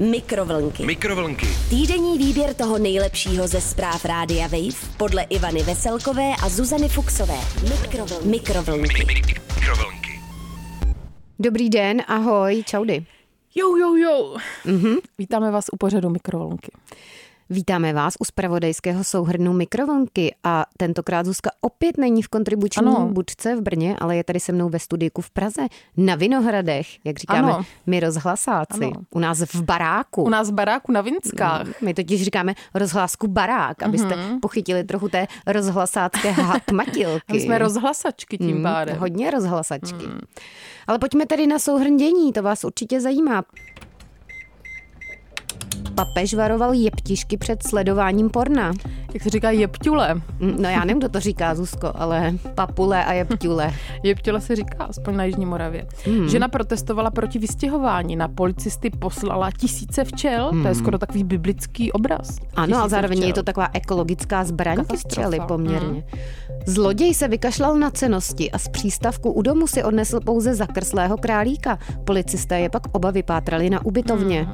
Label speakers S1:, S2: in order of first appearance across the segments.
S1: Mikrovlnky.
S2: Týdenní výběr toho nejlepšího ze zpráv Rádia Wave podle Ivany Veselkové a Zuzany Fuxové. Mikrovlnky.
S3: Dobrý den, ahoj, čaudy.
S4: Jo. Vítáme vás u pořadu Mikrovlnky.
S3: Vítáme vás u zpravodajského souhrnu Mikrovlnky a tentokrát Zuzka opět není v kontribuční budce v Brně, ale je tady se mnou ve studijku v Praze, na Vinohradech, jak říkáme my rozhlasáci, u nás v baráku.
S4: U nás v baráku na Vinskách.
S3: My totiž říkáme rozhlásku barák, abyste pochytili trochu té rozhlasácké hakmatilky.
S4: My jsme rozhlasačky tím pádem.
S3: Hodně rozhlasačky. Ale pojďme tedy na souhrn dění, to vás určitě zajímá. Papež varoval jeptišky před sledováním porna.
S4: Jak se říká jepťule?
S3: No já nevím, kdo to říká, Zuzko, ale papule a jepťule.
S4: Jepťule se říká, aspoň na Jižní Moravě. Žena protestovala proti vystěhování. Na policisty poslala tisíce včel. To je skoro takový biblický obraz.
S3: Ano, ale zároveň je to taková ekologická zbraň, ty včely poměrně. Zloděj se vykašlal na cennosti a z přístavku u domu si odnesl pouze zakrslého králíka. Policisté je pak oba vypátrali na ubytovně.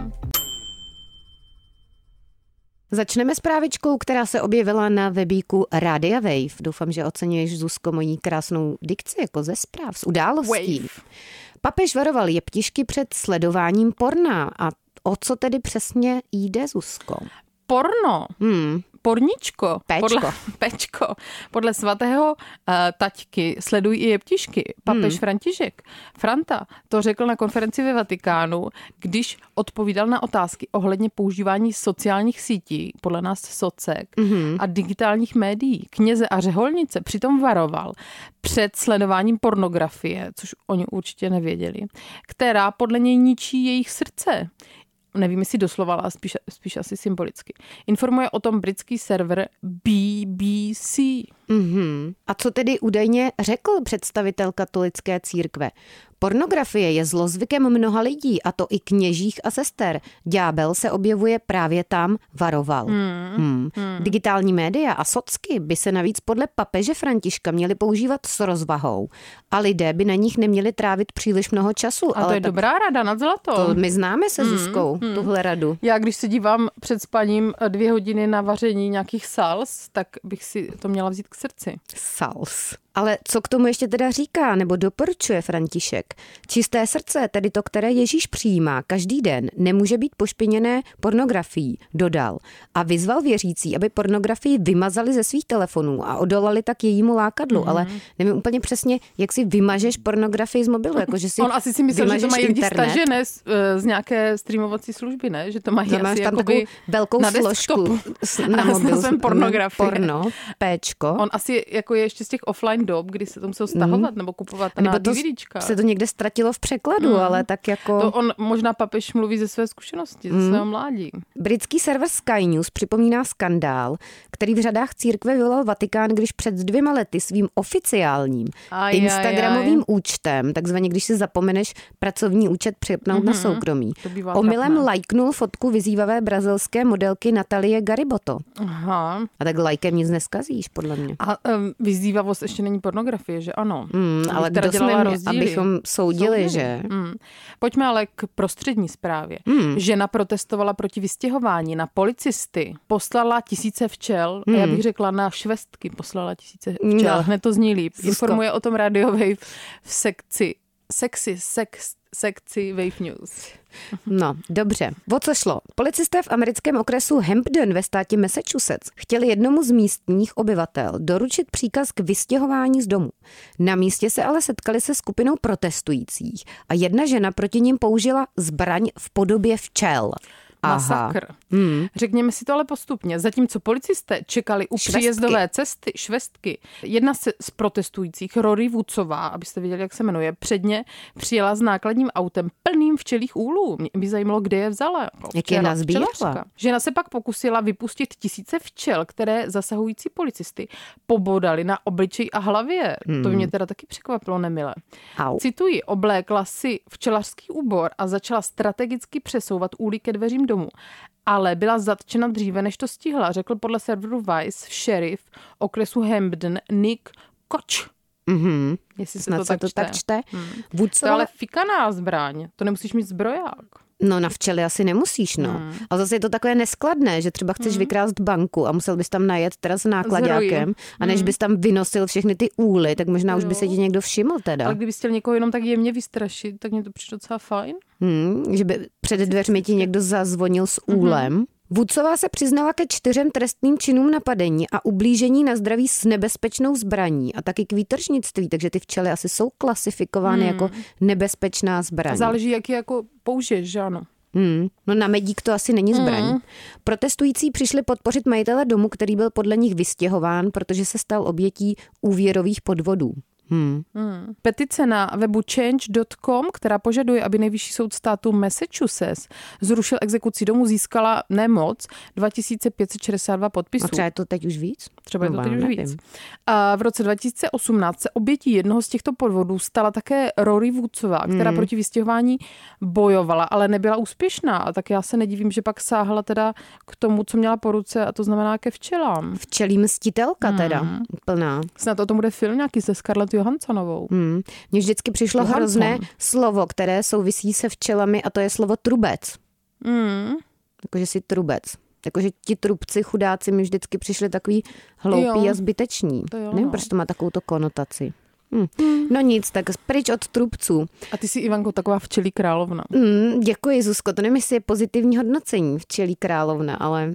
S3: Začneme s zprávičkou, která se objevila na webíku Rádia Wave. Doufám, že oceňuješ, Zuzko, mojí krásnou dikci jako ze zpráv, z událostí.
S4: Wave.
S3: Papež varoval jeptišky před sledováním porna. A o co tedy přesně jde, Zuzko?
S4: Porno. Porničko.
S3: Pečko.
S4: Podle svatého taťky sledují i jeptišky. Papež František Franta to řekl na konferenci ve Vatikánu, když odpovídal na otázky ohledně používání sociálních sítí, podle nás socek, a digitálních médií. Kněze a řeholnice přitom varoval před sledováním pornografie, což oni určitě nevěděli, která podle něj ničí jejich srdce. Nevím, jestli doslova, ale spíš asi symbolicky. Informuje o tom britský server BBC.
S3: A co tedy údajně řekl představitel katolické církve? Pornografie je zlozvykem mnoha lidí, a to i kněžích a sester. Ďábel se objevuje právě tam, varoval. Digitální média a socky by se navíc podle papeže Františka měly používat s rozvahou a lidé by na nich neměli trávit příliš mnoho času.
S4: A to je dobrá rada nad zlato.
S3: To my známe se Zuzkou, tuhle radu.
S4: Já když se dívám před spaním 2 hodiny na vaření nějakých sals, tak bych si to měla vzít k srdci.
S3: Sals. Ale co k tomu ještě teda říká nebo doporučuje František? Čisté srdce, tedy to, které Ježíš přijímá každý den, nemůže být pošpiněné pornografií, dodal. A vyzval věřící, aby pornografii vymazali ze svých telefonů a odolali tak jejímu lákadlu. Ale nevím úplně přesně, jak si vymažeš pornografii z mobilu. Jako, že si
S4: on asi si myslel, že to mají lidi
S3: internet.
S4: stažené z nějaké streamovací služby, ne? Že to mají
S3: že
S4: asi
S3: tam takovou velkou složku na mobilu. Porno, péčko.
S4: On asi jako je ještě z těch offline dob, kdy se to musel stahovat nebo kupovat na DVDčka.
S3: Se to někde ztratilo v překladu, ale tak jako...
S4: To on možná papež mluví ze své zkušenosti, ze svého mládí.
S3: Britský server Sky News připomíná skandál, který v řadách církve vyvolal Vatikán, když před 2 lety svým oficiálním instagramovým účtem, takzvaně když si zapomeneš pracovní účet připnout na soukromí, omylem lajknul fotku vyzývavé brazilské modelky Natalie Gariboto.
S4: Aha.
S3: A tak lajkem nic neskazíš, podle mě.
S4: A vyzývavost ještě není pornografie, že ano?
S3: Ale kdo jsme my, abychom soudili, že?
S4: Pojďme ale k prostřední zprávě. Žena protestovala proti vystěhování. Na policisty poslala tisíce včel, a já bych řekla na švestky poslala tisíce včel.
S3: No.
S4: Hned to zní líp. Informuje o tom Radio Wave v sekci Wave News.
S3: No, dobře. O co šlo? Policisté v americkém okresu Hampden ve státě Massachusetts chtěli jednomu z místních obyvatel doručit příkaz k vystěhování z domu. Na místě se ale setkali se skupinou protestujících a jedna žena proti nim použila zbraň v podobě včel.
S4: Masakr. Řekněme si to ale postupně. Zatímco policisté čekali u příjezdové cesty švestky, jedna z protestujících, Rory Woodsová, abyste věděli, jak se jmenuje, předně přijela s nákladním autem plným včelích úlů. Mě by zajímalo, kde je vzala.
S3: Jak je nazbírala?
S4: Žena se pak pokusila vypustit tisíce včel, které zasahující policisty pobodali na obličej a hlavě. To mě teda taky překvapilo nemile. Cituji, oblékla si včelařský úbor a začala strategicky přesouvat úly ke dveřím domu. Ale byla zatčena dříve, než to stihla, řekl podle serveru Vice šerif okresu Hampden Nick Koch.
S3: Jestli se to tak čte.
S4: To je ale fikaná zbraň, to nemusíš mít zbroják.
S3: No na včely asi nemusíš, no. Ale zase je to takové neskladné, že třeba chceš vykrást banku a musel bys tam najet teda s náklaďákem a než bys tam vynosil všechny ty úly, tak možná už by se ti někdo všiml teda.
S4: Ale kdybys chtěl někoho jenom tak jemně vystrašit, tak mě to přijde docela fajn.
S3: Že by před dveřmi ti někdo zazvonil s úlem. Woodcová se přiznala ke 4 trestným činům napadení a ublížení na zdraví s nebezpečnou zbraní a taky k výtržnictví, takže ty včely asi jsou klasifikovány jako nebezpečná zbraň.
S4: Záleží, jak je jako použiješ, že ano.
S3: No na medík to asi není zbraň. Protestující přišli podpořit majitele domu, který byl podle nich vystěhován, protože se stal obětí úvěrových podvodů.
S4: Petice na webu change.com, která požaduje, aby nejvyšší soud státu Massachusetts zrušil exekuci domu, získala nemoc 2562 podpisů.
S3: A třeba je to teď už víc?
S4: Třeba je to teď už víc. A v roce 2018 se obětí jednoho z těchto podvodů stala také Rory Woodcová, která proti vystěhování bojovala, ale nebyla úspěšná. A tak já se nedivím, že pak sáhla teda k tomu, co měla po ruce, a to znamená ke včelám.
S3: Včelí mstitelka teda, plná.
S4: Snad o tom bude film nějaký se Scarlett Johanssonovou.
S3: Mně vždycky přišlo hrozné slovo, které souvisí se včelami, a to je slovo trubec. Jakože si trubec. Jakože ti trubci chudáci mi vždycky přišli takový hloupí a zbyteční. Nevím, proč to má takovouto konotaci. No nic, tak pryč od trubců.
S4: A ty jsi, Ivanko, taková včelí královna.
S3: Děkuji, Zuzko, to nevím, jestli je pozitivní hodnocení včelí královna, ale...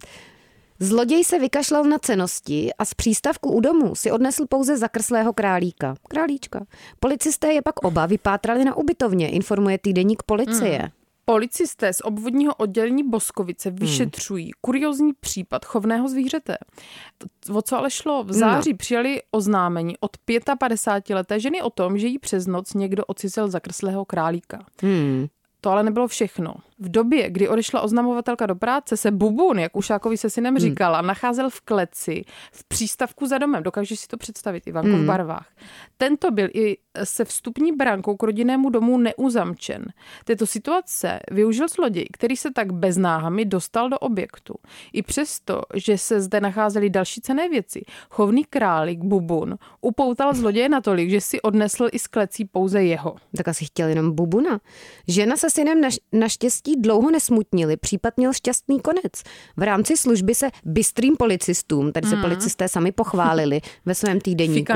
S3: Zloděj se vykašlal na cennosti a z přístavku u domu si odnesl pouze zakrslého králíčka. Policisté je pak oba vypátrali na ubytovně, informuje týdeník Policie.
S4: Policisté z obvodního oddělení Boskovice vyšetřují kuriózní případ chovného zvířete. O co ale šlo? V září přijali oznámení od 55leté ženy o tom, že jí přes noc někdo odcizel zakrslého králíka. To ale nebylo všechno. V době, kdy odešla oznamovatelka do práce, se Bubun, jak Ušákovi se synem říkala, nacházel v kleci v přístavku za domem. Dokážeš si to představit, Ivanko, v barvách. Tento byl i se vstupní brankou k rodinnému domu neuzamčen. Této situace využil zloděj, který se tak bez náhamy dostal do objektu. I přesto, že se zde nacházely další cenné věci, chovný králík Bubun upoutal zloděje natolik, že si odnesl i z klecí pouze jeho.
S3: Tak asi chtěl jenom Bubuna. Žena se synem naštěstí dlouho nesmutnili, případ měl šťastný konec. V rámci služby se bystrým policistům, tady se policisté sami pochválili ve svém týdeníku.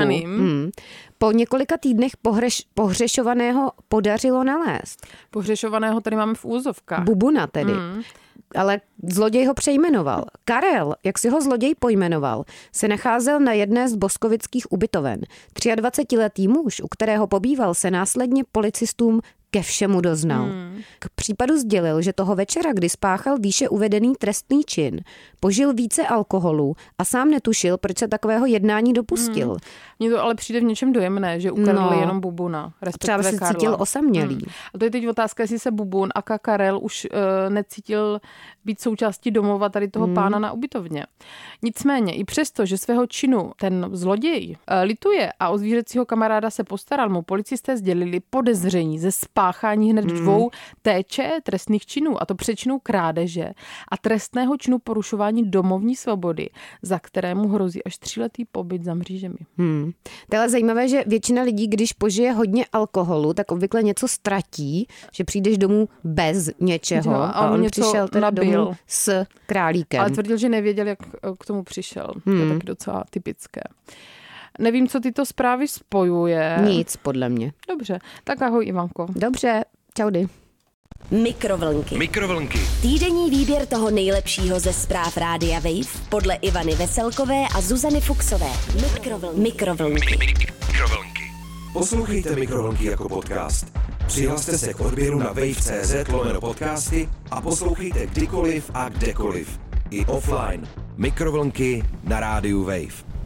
S3: Po několika týdnech pohřešovaného podařilo nalézt.
S4: Pohřešovaného tady máme v úzovkách.
S3: Bubuna tedy. Ale zloděj ho přejmenoval. Karel, jak si ho zloděj pojmenoval, se nacházel na jedné z boskovických ubytoven. 23letý muž, u kterého pobýval, se následně policistům ke všemu doznal. K případu sdělil, že toho večera, kdy spáchal výše uvedený trestný čin, požil více alkoholu a sám netušil, proč se takového jednání dopustil.
S4: Mně to ale přijde v něčem dojemné, že ukradli jenom Bubuna, respektive Karla.
S3: Třeba se cítil osamělý.
S4: A to je teď otázka, jestli se Bubun aka Karel už necítil být součástí domova tady toho pána na ubytovně. Nicméně, i přesto, že svého činu ten zloděj lituje a o zvířecího kamaráda se postaral, mu policisté sdělili podezření ze spáchání hned 2 trestných činů, a to přečinu krádeže a trestného činu porušování domovní svobody, za kterému hrozí až 3letý pobyt za mřížemi.
S3: To je zajímavé, že většina lidí, když požije hodně alkoholu, tak obvykle něco ztratí, že přijdeš domů bez něčeho a on přišel teda domů s králíkem.
S4: Ale tvrdil, že nevěděl, jak k tomu přišel. To je taky docela typické. Nevím, co tyto zprávy spojuje.
S3: Nic, podle mě.
S4: Dobře, tak ahoj, Ivanko.
S3: Dobře, čaudy.
S2: Mikrovlnky. Týdenní výběr toho nejlepšího ze zpráv Rádia Wave podle Ivany Veselkové a Zuzany Fuksové. Mikrovlnky.
S1: Poslouchejte Mikrovlnky jako podcast. Přihlaste se k odběru na wave.cz/podcasty a poslouchejte kdykoliv a kdekoliv. I offline. Mikrovlnky na rádiu Wave.